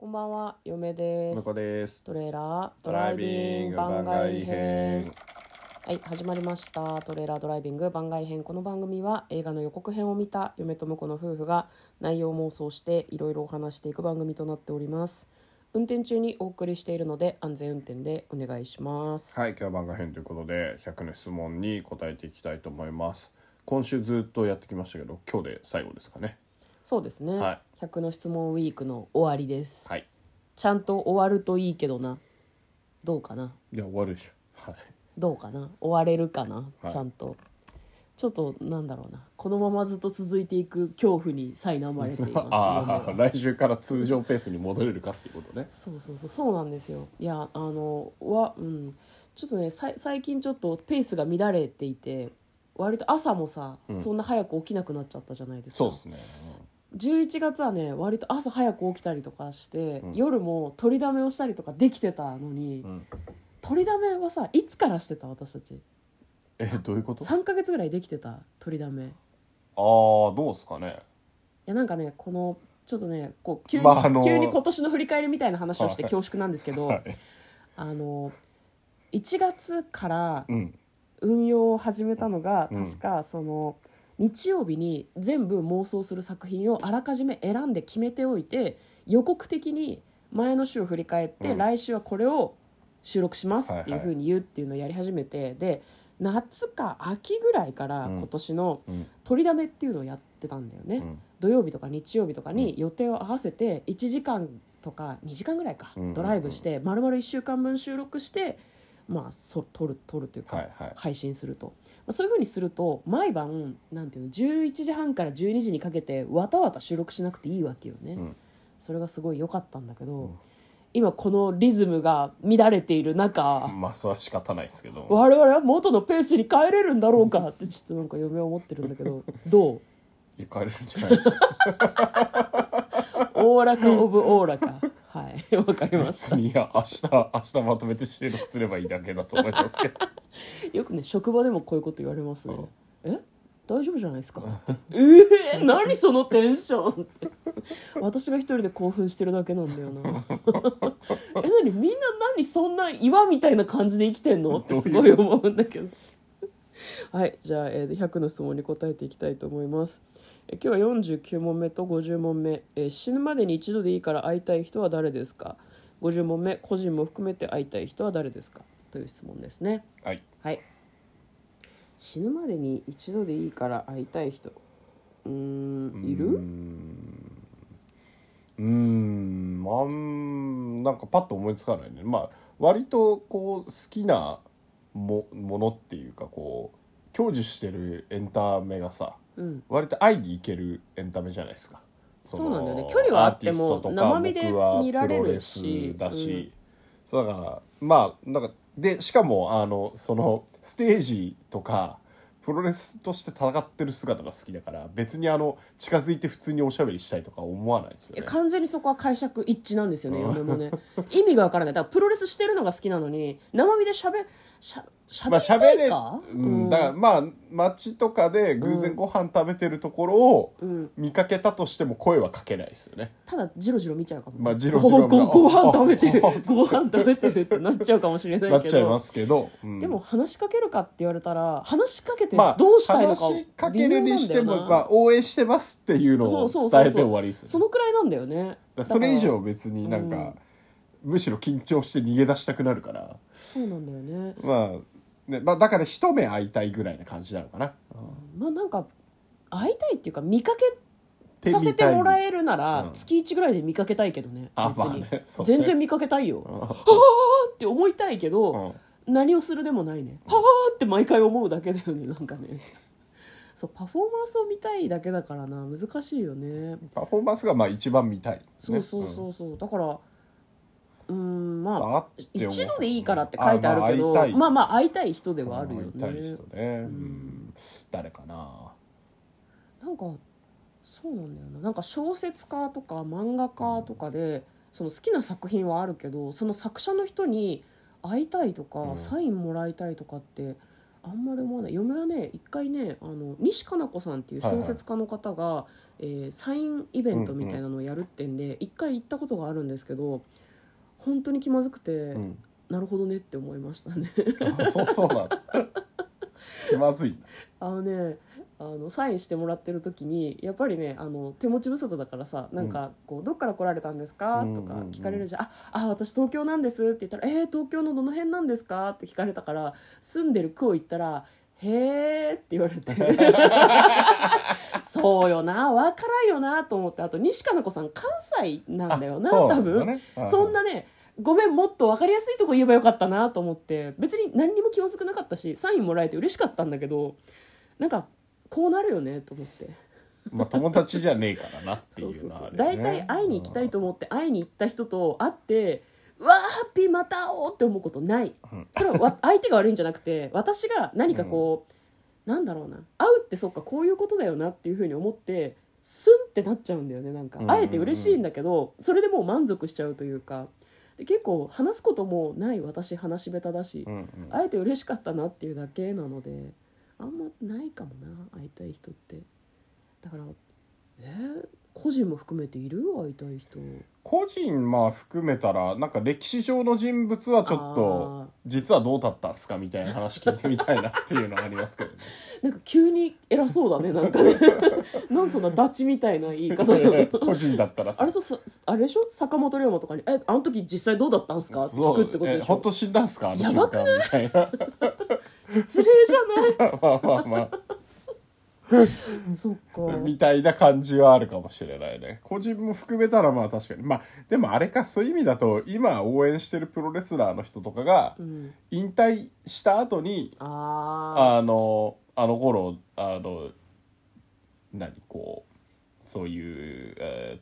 こんばんは、嫁です。 向こうです。 トレーラードドライビング番外編。 はい、始まりました。トレーラードライビング番外編。この番組は映画の予告編を見た嫁と婿の夫婦が内容妄想していろいろお話していく番組となっております。運転中にお送りしているので安全運転でお願いします。 はい、今日は番外編ということで100の質問に答えていきたいと思います。今週ずっとやってきましたけど、今日で最後ですかね。 そうですね、 はい、 100の質問ウィークの終わりです。 はい。 ちゃんと終わるといいけどな。どうかな。 いや終わるでしょ。はい。 どうかな、終われるかな、 はいちゃんと。ちょっとなんだろうな、このままずっと続いていく恐怖に苛まれていますああ、来週から通常ペースに戻れるかっていうことね。 そうなんですよ。いやちょっとね最近ちょっとペースが乱れていて、割と朝もさ、そんな早く起きなくなっちゃったじゃないですか。 そうですね。 11月はね割と朝早く起きたりとかして、夜も取りだめをしたりとかできてたのに、取りだめはさいつからしてた私たち。 どういうこと？あ 3ヶ月ぐらいできてた取りだめ。いあ、どうですかね。 やなんかね、このちょっとねこう急に、急に今年の振り返りみたいな話をして恐縮なんですけど、 はい。 1月からうん運用を始めたのが、 うん確かその日曜日に全部妄想する作品をあらかじめ選んで決めておいて、予告的に前の週を振り返って、来週はこれを収録しますっていう風に言うっていうのをやり始めて、で夏か秋ぐらいから今年の取りだめっていうのをやってたんだよね、土曜日とか日曜日とかに予定を合わせて1時間とか2時間ぐらいか、ドライブして丸々1週間分収録して、撮るというか、 はいはい配信すると、そういう風にすると毎晩なんていうの11時半から12時にかけてわたわた収録しなくていいわけよね、それがすごい良かったんだけど、今このリズムが乱れている中、 まあそれは仕方ないですけど。 我々は元のペースに帰れるんだろうかってちょっとなんか嫁は思ってるんだけど、どう？ 行かれるんじゃないですか。 おおらかオブおおらか。はいわかりました。 いや明日まとめて収録すればいいだけだと思いますけど。 よくね職場でもこういうこと言われますね。大丈夫じゃないですかって何そのテンションって私が一人で興奮してるだけなんだよな何みんなそんな岩みたいな感じで生きてんのってすごい思うんだけどはいじゃあ、100の質問に答えていきたいと思います。今日は49問目と50問目、死ぬまでに一度でいいから会いたい人は誰ですか。50問目、個人も含めて会いたい人は誰ですかという質問ですね。 はいはい。死ぬまでに一度でいいから会いたい人、いる？ なんかパッと思いつかないね。まあ割とこう好きなものっていうか、こう享受してるエンタメがさ、割と会いに行けるエンタメじゃないですか。 そうなんだよね。距離はあってもアーティストとか生身で僕は見られプロレるしスだし、そうだからまあなんかでしかもそのステージとかプロレスとして戦ってる姿が好きだから、別に近づいて普通におしゃべりしたいとか思わないですよね。 完全にそこは解釈一致なんですよね、嫁もね。意味がわからない。だからプロレスしてるのが好きなのに生身でしゃべりたいか、 だからまあ街とかで偶然ご飯食べてるところを見かけたとしても声はかけないですよね。 ただジロジロ見ちゃうかも、 まあジロジロご飯食べてるご飯食べてるってなっちゃうかもしれないけど、 なっちゃいますけど、 でも話しかけるかって言われたら話しかけてどうしたいのか話しかけるにしても、 微妙なんだよな。 応援してますっていうのを伝えて終わりですよね。 そのくらいなんだよね。 だからそれ以上別になんか、むしろ緊張して逃げ出したくなるから、 そうなんだよね。 だから一目会いたいぐらいな感じなのかな。 なんか会いたいっていうか見かけさせてもらえるなら月1ぐらいで見かけたいけどね。別に、全然見かけたいよ。はあって思いたいけど、何をするでもないね。はあって毎回思うだけだよね。なんかね、そうパフォーマンスを見たいだけだからな、難しいよね。 パフォーマンスがまあ一番見たい、ね、 そうだから一度でいいからって書いてあるけど、会いたい人ではあるよね。 会いたい人ね、誰かな。 なんかそうなんだよな。なんか小説家とか漫画家とかでその好きな作品はあるけど、その作者の人に会いたいとか、サインもらいたいとかってあんまり思わない。嫁はね一回ね西加奈子さんっていう小説家の方が、サインイベントみたいなのをやるってんで一回行ったことがあるんですけど、本当に気まずくて、 んなるほどねって思いましたねそうなんだ。気まずいんだ。 サインしてもらってる時にやっぱりね手持ち無沙汰だからさ、なんかこうどっから来られたんですかとか聞かれるじゃん。私東京なんですって言ったら東京のどの辺なんですかって聞かれたから、住んでる区を言ったらへーって言われてそうよな、わからんよなと思って。あと西加奈子さん関西なんだよな、 そうな多分んだね。 そんなね、ごめんもっと分かりやすいとこ言えばよかったなと思って、別に何にも気まずくなかったしサインもらえて嬉しかったんだけど、なんかこうなるよねと思って。 まあ友達じゃねえからなっていうのはあるよね。 大体会いに行きたいと思って会いに行った人と会ってうわーハッピーまた会おうって思うことない。それは相手が悪いんじゃなくて、私が何かこう、なんだろうな、会うってそっかこういうことだよなっていうふうに思ってスンってなっちゃうんだよね。なんか会えて嬉しいんだけど、それでもう満足しちゃうというか、で結構話すこともない私、話し下手だし、会えて嬉しかったなっていうだけなので、あんまないかもな、会いたい人って。だから個人も含めている、会いたい人。 個人まあ含めたらなんか歴史上の人物はちょっと実はどうだったんすかみたいな話聞いてみたいなっていうのはありますけどね。 なんか急に偉そうだね、なんかねなんそんなダチみたいな言い方個人だったらさ、 あれでしょ、坂本龍馬とかにあの時実際どうだったんすかって聞くってことでしょ。 本当死んだんすかあの瞬間みたいな。 失礼じゃないまあまあまあそっかみたいな感じはあるかもしれないね。個人も含めたらまあ確かに。まあでもあれか、そういう意味だと今応援してるプロレスラーの人とかが引退した後に、あの頃こうそういう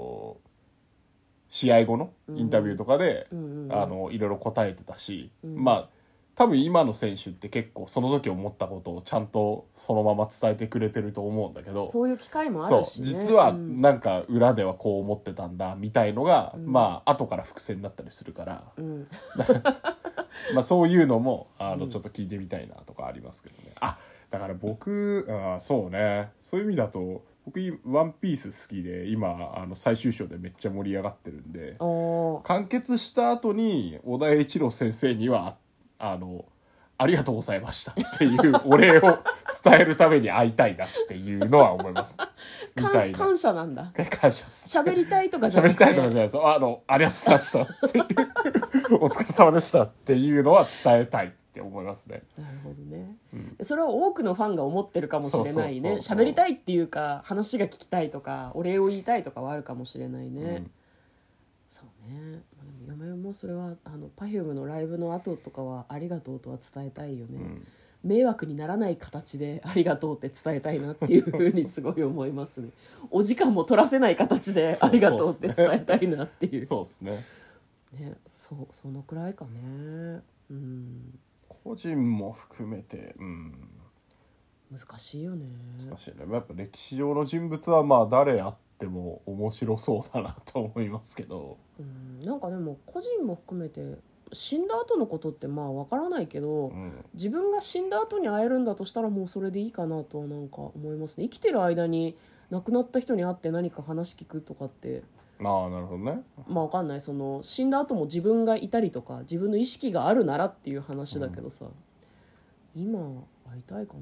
試合後のインタビューとかで、いろいろ答えてたし、まあ多分今の選手って結構その時思ったことをちゃんとそのまま伝えてくれてると思うんだけど、 そういう機会もあるしね。 そう実はなんか裏ではこう思ってたんだみたいのが、まあ後から伏線になったりするから、まあそういうのもちょっと聞いてみたいなとかありますけどね。だから僕そうね、そういう意味だと僕ワンピース好きで今最終章でめっちゃ盛り上がってるんで、完結した後に小田栄一郎先生にはありがとうございましたっていうお礼を伝えるために会いたいなっていうのは思いますみたいな。 感謝なんだ。 感謝です。 喋りたいとかじゃなくて、 喋りたいとかじゃないです。ありがとうございましたっていうお疲れ様でしたっていうのは伝えたいって思いますね。 なるほどね、それは多くのファンが思ってるかもしれないね。喋りたいっていうか話が聞きたいとかお礼を言いたいとかはあるかもしれないね、そうね。でも嫁もそれはPerfume のライブの後とかはありがとうとは伝えたいよね、迷惑にならない形でありがとうって伝えたいなっていうふうにすごい思いますね。お時間も取らせない形でありがとうって伝えたいなっていう。 そうですね。 ね、そのくらいかね。 個人も含めて、 難しいよね。 難しいね。やっぱ歴史上の人物はまあ誰あっても面白そうだなと思いますけど、 なんかでも個人も含めて死んだ後のことってまあ分からないけど、自分が死んだ後に会えるんだとしたらもうそれでいいかなとはなんか思いますね。生きてる間に亡くなった人に会って何か話聞くとかって、 なるほどね。 まあ分かんない、その死んだ後も自分がいたりとか自分の意識があるならっていう話だけどさ、今会いたいかな。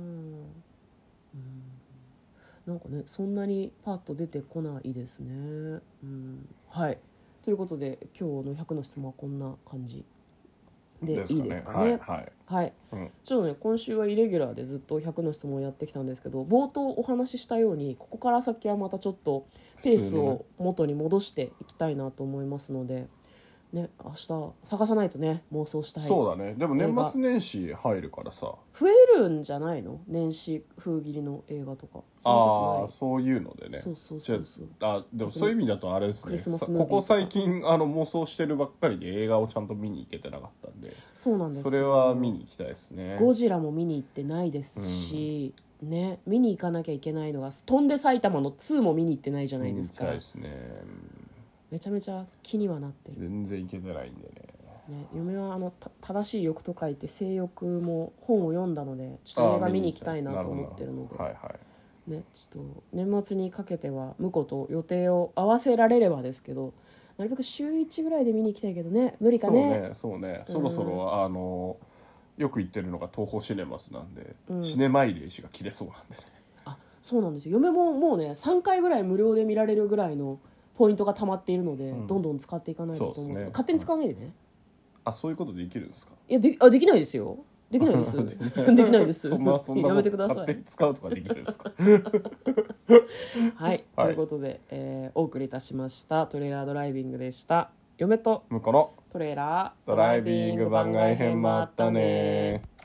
なんかね、そんなにパッと出てこないですね。はい。ということで今日の100の質問はこんな感じでいいですかね。はい。ちょっとね、今週はイレギュラーでずっと100の質問をやってきたんですけど、冒頭お話ししたようにここから先はまたちょっとペースを元に戻していきたいなと思いますので、ね、明日探さないとね、妄想したい。 そうだね。でも年末年始入るからさ、 増えるんじゃないの、年始封切りの映画とか。 そういうのでね。 そうでもそういう意味だとあれですね、ここ最近妄想してるばっかりで映画をちゃんと見に行けてなかったんで、 そうなんですよ。 それは見に行きたいですね。 ゴジラも見に行ってないですし、ね、見に行かなきゃいけないのが飛んで埼玉の2も見に行ってないじゃないですか。 見に行きたいですね。 めちゃめちゃ気にはなってる。 全然行けてないんでね。 ね、嫁は正しい欲と書いて性欲も本を読んだのでちょっと映画見に行きたいなと思ってるので、 はいはい、 ね、ちょっと年末にかけては婿と予定を合わせられればですけど、なるべく週1ぐらいで見に行きたいけどね、無理かね。 そうね、そろそろよく行ってるのが東宝シネマスなんで、 うん、 シネマイレージが切れそうなんでね。 あ、そうなんですよ。嫁ももうね3回ぐらい無料で見られるぐらいのポイントが溜まっているので、どんどん使っていかないとと思って、ね、勝手に使わないでね。 あ、そういうことできるんですか？ いや、できないですよ。できないですできないですそんなやめてください。 勝手に使うとかできるんですか？ はい、ということで、お送りいたしましたトレーラードライビングでした。嫁と向こうのトレーラードライビング番外編もあったね。